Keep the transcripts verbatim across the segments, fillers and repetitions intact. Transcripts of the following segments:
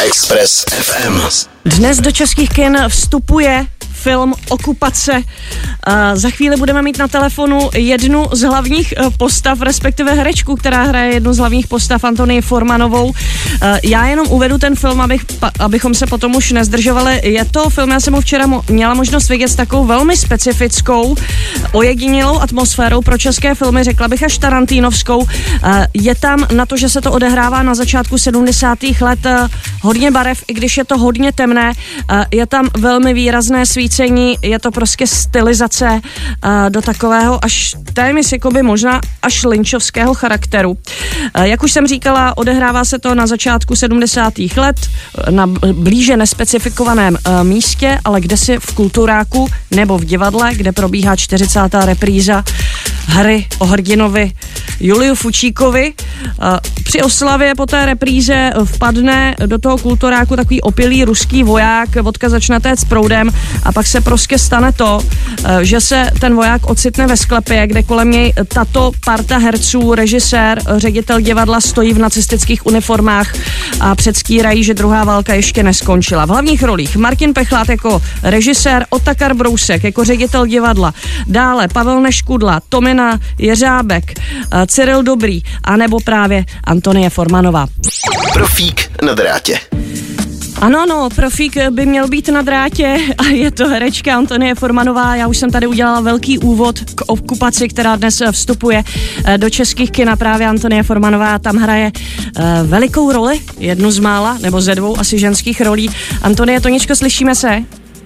Express ef em. Dnes do českých kin vstupuje film Okupace. Uh, za chvíli budeme mít na telefonu jednu z hlavních uh, postav, respektive herečku, která hraje jednu z hlavních postav, Antonii Formanovou. Uh, já jenom uvedu ten film, abych, pa, abychom se potom už nezdržovali. Je to film, já jsem ho včera mo- měla možnost vidět s takovou velmi specifickou, ojedinělou atmosférou pro české filmy, řekla bych až tarantínovskou. Uh, je tam na to, že se to odehrává na začátku sedmdesátých let uh, hodně barev, i když je to hodně temné. Uh, je tam velmi výrazné svícení, je to prostě stylizace uh, do takového až téměř jakoby možná až lynčovského charakteru. Uh, jak už jsem říkala, odehrává se to na začátku sedmdesátých let na blíže nespecifikovaném uh, místě, ale kde si v kulturáku nebo v divadle, kde probíhá čtyřicátá repríza hry o hrdinovi Juliu Fučíkovi. Při oslavě po té repríze vpadne do toho kulturáku takový opilý ruský voják, vodka začne téct proudem a pak se prostě stane to, že se ten voják ocitne ve sklepě, kde kolem něj tato parta herců, režisér, ředitel divadla stojí v nacistických uniformách a předstírají, že druhá válka ještě neskončila. V hlavních rolích Martin Pechlát jako režisér, Otakar Brousek jako ředitel divadla, dále Pavel Neškudla, Tomina Jeřábek, Cyril Dobrý a nebo právě Antonie Formanová. Profík na drátě. Ano, no, profík by měl být na drátě a je to herečka Antonie Formanová. Já už jsem tady udělala velký úvod k Okupaci, která dnes vstupuje do českých kin a právě Antonie Formanová tam hraje uh, velikou roli, jednu z mála, nebo ze dvou asi ženských rolí. Antonie, Toničko, slyšíme se?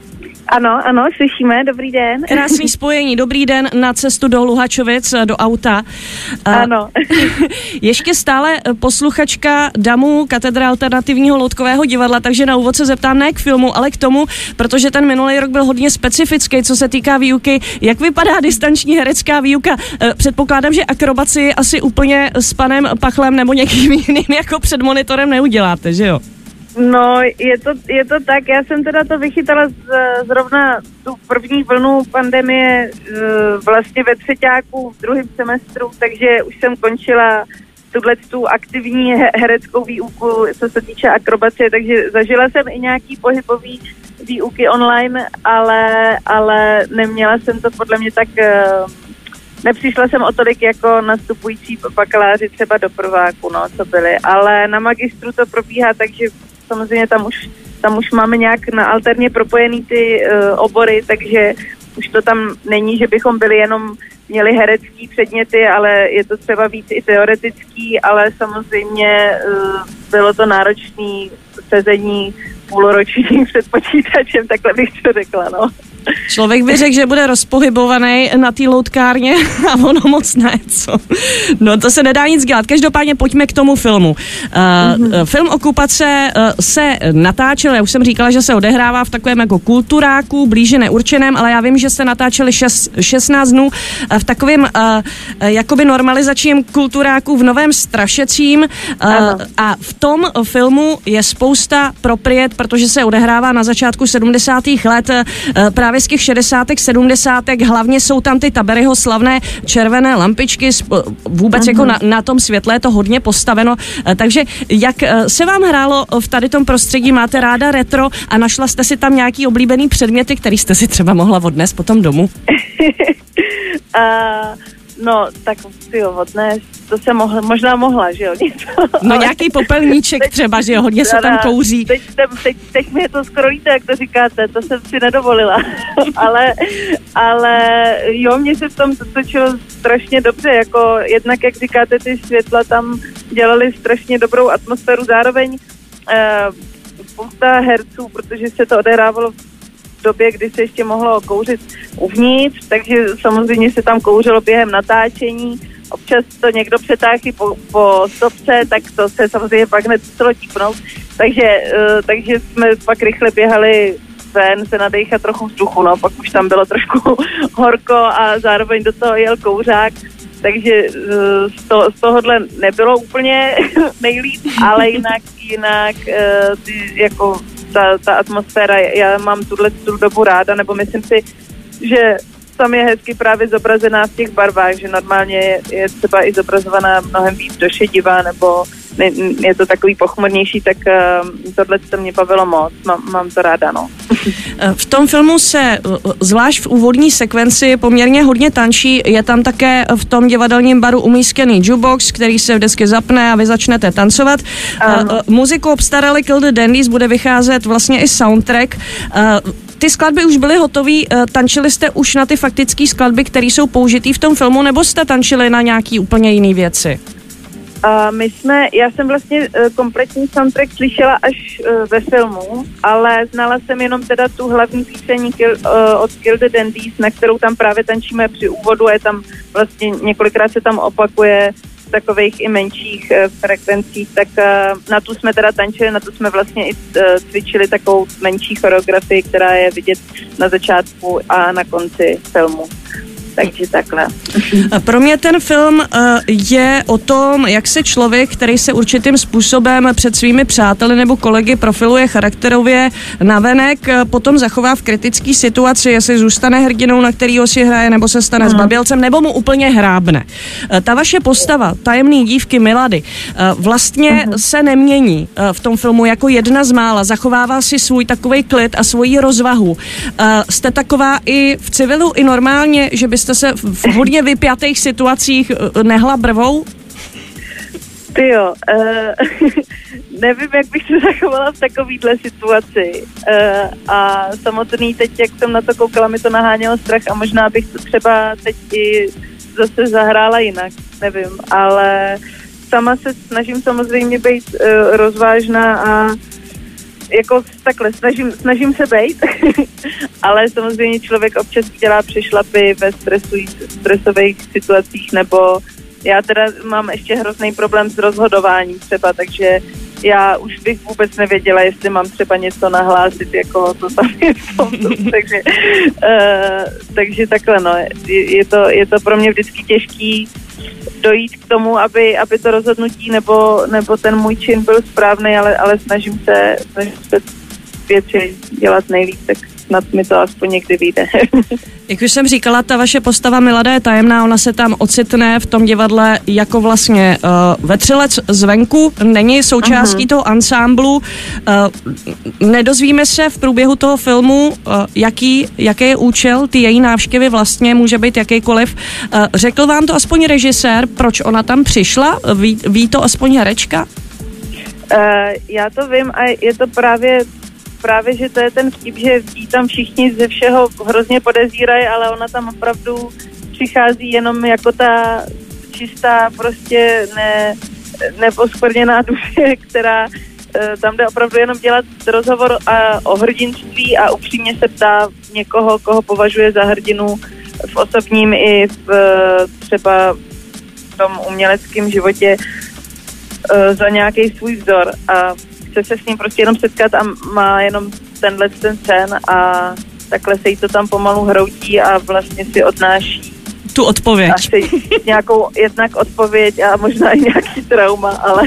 Ano, ano, slyšíme, dobrý den. Krásný spojení, dobrý den na cestu do Luhačovic, do auta. Ano. Ještě stále posluchačka Damu, katedry alternativního loutkového divadla, takže na úvod se zeptám ne k filmu, ale k tomu, protože ten minulý rok byl hodně specifický, co se týká výuky. Jak vypadá distanční herecká výuka? Předpokládám, že akrobaci asi úplně s panem Pachlem nebo někým jiným jako před monitorem neuděláte, že jo? No, je to, je to tak, já jsem teda to vychytala z, zrovna tu první vlnu pandemie vlastně ve třeťáku v druhém semestru, takže už jsem končila tuhle tu aktivní hereckou výuku, co se týče akrobacie, takže zažila jsem i nějaký pohybový výuky online, ale, ale neměla jsem to podle mě tak... Nepřišla jsem o tolik jako nastupující bakaláři třeba do prváku, no, co byli, ale na magistru to probíhá, takže samozřejmě tam už, tam už máme nějak na alterně propojený ty uh, obory, takže už to tam není, že bychom byli jenom, měli herecký předměty, ale je to třeba víc i teoretický, ale samozřejmě uh, bylo to náročné sezení půlroční před počítačem, takhle bych to řekla, no. Člověk by řekl, že bude rozpohybovaný na té loutkárně a ono moc ne, co? No to se nedá nic dělat. Každopádně pojďme k tomu filmu. Uh, mm-hmm. Film Okupace uh, se natáčel, já už jsem říkala, že se odehrává v takovém jako kulturáku, blíže neurčeném, ale já vím, že se natáčeli šest, šestnáct dnů v takovém uh, jakoby normalizačním kulturáku v Novém Strašecím uh, a v tom filmu je spousta propriet, protože se odehrává na začátku sedmdesátých let, uh, právě z těch šedesátek, sedmdesátek, hlavně jsou tam ty Taberyho slavné červené lampičky, vůbec uh-huh. jako na, na tom světle je to hodně postaveno, takže jak se vám hrálo v tady tom prostředí, máte ráda retro a našla jste si tam nějaký oblíbený předměty, který jste si třeba mohla odnést potom domů? uh... No, tak jo, odnést, to jsem mohla, možná mohla, že jo, něco. No nějaký popelníček teď, třeba, že jo, hodně se tam kouří. Teď, teď, teď, teď mi je to skoro líto, jak to říkáte, to jsem si nedovolila. ale, ale jo, mě se v tom točilo strašně dobře, jako jednak, jak říkáte, ty světla tam dělali strašně dobrou atmosféru, zároveň eh, spousta herců, protože se to odehrávalo v době, kdy se ještě mohlo kouřit uvnitř, takže samozřejmě se tam kouřilo během natáčení. Občas to někdo přetáhí po, po stopce, tak to se samozřejmě pak nedostalo típnout. Takže, uh, takže jsme pak rychle běhali ven se nadechat trochu vzduchu, no, pak už tam bylo trošku horko a zároveň do toho jel kouřák, takže uh, z, to, z tohohle nebylo úplně nejlíp, ale jinak, jinak uh, ty, jako ta, ta atmosféra, já mám tuhle tu dobu ráda, nebo myslím si, že tam je hezky právě zobrazená v těch barvách, že normálně je, je třeba i zobrazovaná mnohem víc do šediva, nebo ne, je to takový pochmurnější, tak uh, tohle to mě bavilo moc, mám, mám to ráda, no. V tom filmu se, zvlášť v úvodní sekvenci, poměrně hodně tančí. Je tam také v tom divadelním baru umístěný jukebox, který se vždycky zapne a vy začnete tancovat. Uh, muziku obstarali Kill the Dandies, bude vycházet vlastně i soundtrack. Uh, Ty skladby už byly hotový, tančili jste už na ty faktické skladby, které jsou použitý v tom filmu, nebo jste tančili na nějaký úplně jiný věci? Uh, my jsme, já jsem vlastně uh, kompletní soundtrack slyšela až uh, ve filmu, ale znala jsem jenom teda tu hlavní píseň Kill, uh, od Kill the Dandies, na kterou tam právě tančíme při úvodu a je tam vlastně několikrát se tam opakuje v takových i menších uh, frekvencích, tak uh, na tu jsme teda tančili, na tu jsme vlastně i uh, cvičili takovou menší choreografii, která je vidět na začátku a na konci filmu. Takže takhle. Pro mě ten film je o tom, jak se člověk, který se určitým způsobem před svými přáteli nebo kolegy profiluje charakterově navenek, potom zachová v kritické situaci, jestli zůstane hrdinou, na kterýho si hraje, nebo se stane hmm. zbabělcem, nebo mu úplně hrábne. Ta vaše postava, tajemný dívky Milady, vlastně hmm. se nemění v tom filmu jako jedna z mála. Zachovává si svůj takovej klid a svoji rozvahu. Jste taková i v civilu, i normálně, že byste se v hodně vypjatých situacích nehla brvou? Ty jo, uh, nevím, jak bych se zachovala v takovýhle situaci. Uh, a samotný teď, jak jsem na to koukala, mi to nahánělo strach a možná bych to třeba teď i zase zahrála jinak, nevím, ale sama se snažím samozřejmě být uh, rozvážná a jako takhle, snažím, snažím se bejt, ale samozřejmě člověk občas dělá přešlapy ve stresových situacích, nebo já teda mám ještě hrozný problém s rozhodováním třeba, takže já už bych vůbec nevěděla, jestli mám třeba něco nahlásit, jako to tam je v tom, takže, uh, takže takhle, no, je, je, to, je to pro mě vždycky těžký dojít k tomu, aby, aby to rozhodnutí nebo, nebo ten můj čin byl správný, ale, ale snažím se, snažím se věci dělat nejlíp, tak snad mi to aspoň někdy vyjde. Jak už jsem říkala, ta vaše postava Milada je tajemná, ona se tam ocitne v tom divadle jako vlastně uh, vetřelec zvenku, není součástí uh-huh. toho ansámblu. Uh, nedozvíme se v průběhu toho filmu, uh, jaký, jaký je účel ty její návštěvy vlastně, může být jakýkoliv. Uh, řekl vám to aspoň režisér, proč ona tam přišla? Ví, ví to aspoň herečka? Uh, já to vím a je to právě Právě, že to je ten vtip, že jí tam všichni ze všeho hrozně podezírají, ale ona tam opravdu přichází jenom jako ta čistá, prostě ne, neposkvrněná duše, která uh, tam jde opravdu jenom dělat rozhovor a, o hrdinství a upřímně se ptá někoho, koho považuje za hrdinu v osobním i v třeba v tom uměleckém životě uh, za nějaký svůj vzor a chce se s ním prostě jenom setkat a má jenom tenhle ten sen a takhle se jí to tam pomalu hroutí a vlastně si odnáší tu odpověď. Asi nějakou jednak odpověď a možná i nějaký trauma, ale,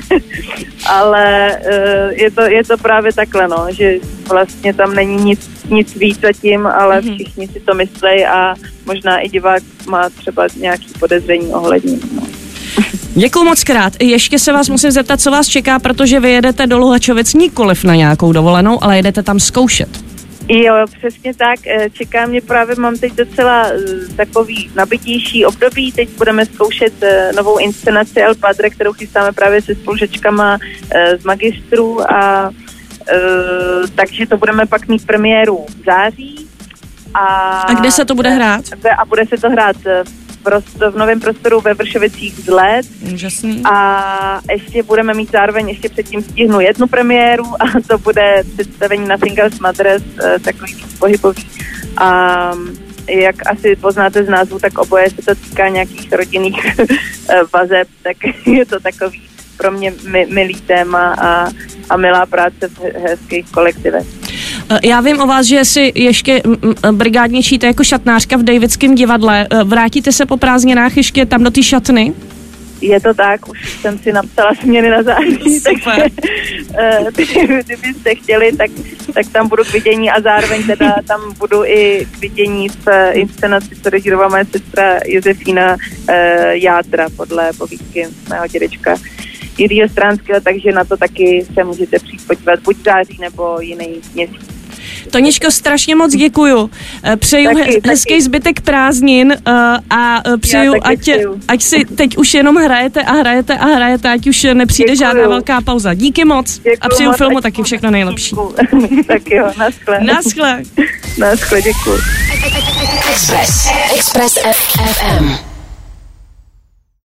ale je, to, je to právě takhle, no, že vlastně tam není nic, nic víc zatím, ale mm-hmm. všichni si to myslejí a možná i divák má třeba nějaký podezření ohledně, no. Děkuju moc krát. Ještě se vás musím zeptat, co vás čeká, protože vy jedete do Luhačovic nikoliv na nějakou dovolenou, ale jedete tam zkoušet. Jo, přesně tak. Čeká mě právě, mám teď docela takový nabitější období. Teď budeme zkoušet novou inscenaci El Padre, kterou chystáme právě se spolužačkama z magistrů a takže to budeme pak mít premiéru v září. A, a kde se to bude hrát? A bude se to hrát Prosto, v novém prostoru ve Vršovicích Vzlet. Úžasný. A ještě budeme mít zároveň, ještě předtím stihnu jednu premiéru a to bude představení na Singles Mothers, takový víc pohybový. A jak asi poznáte z názvu, tak oboje se to týká nějakých rodinných vazeb, tak je to takový pro mě milý téma a, a milá práce v hezkých kolektivech. Já vím o vás, že si ještě brigádničíte jako šatnářka v Davidském divadle. Vrátíte se po prázdninách ještě tam do té šatny? Je to tak, už jsem si napsala směny na září, takže kdybyste chtěli, tak, tak tam budu k vidění a zároveň teda tam budu i k vidění v inscenaci, co režírovala moje sestra Josefína Játra podle povídky mého dědečka Jiřího Stránského, takže na to taky se můžete přijít podívat, buď září nebo jiný měsíc. Toničko, strašně moc děkuju. Přeju taky, he- hezký taky. zbytek prázdnin uh, a přeju, ať, přeju. ať si teď už jenom hrajete a hrajete a hrajete, ať už nepřijde Děkuju. žádná velká pauza. Díky moc Děkuju a přeju moc, filmu ať- taky všechno nejlepší. Tak jo, naschle. Naschle. Naschle, děkuju. Express. Express F M.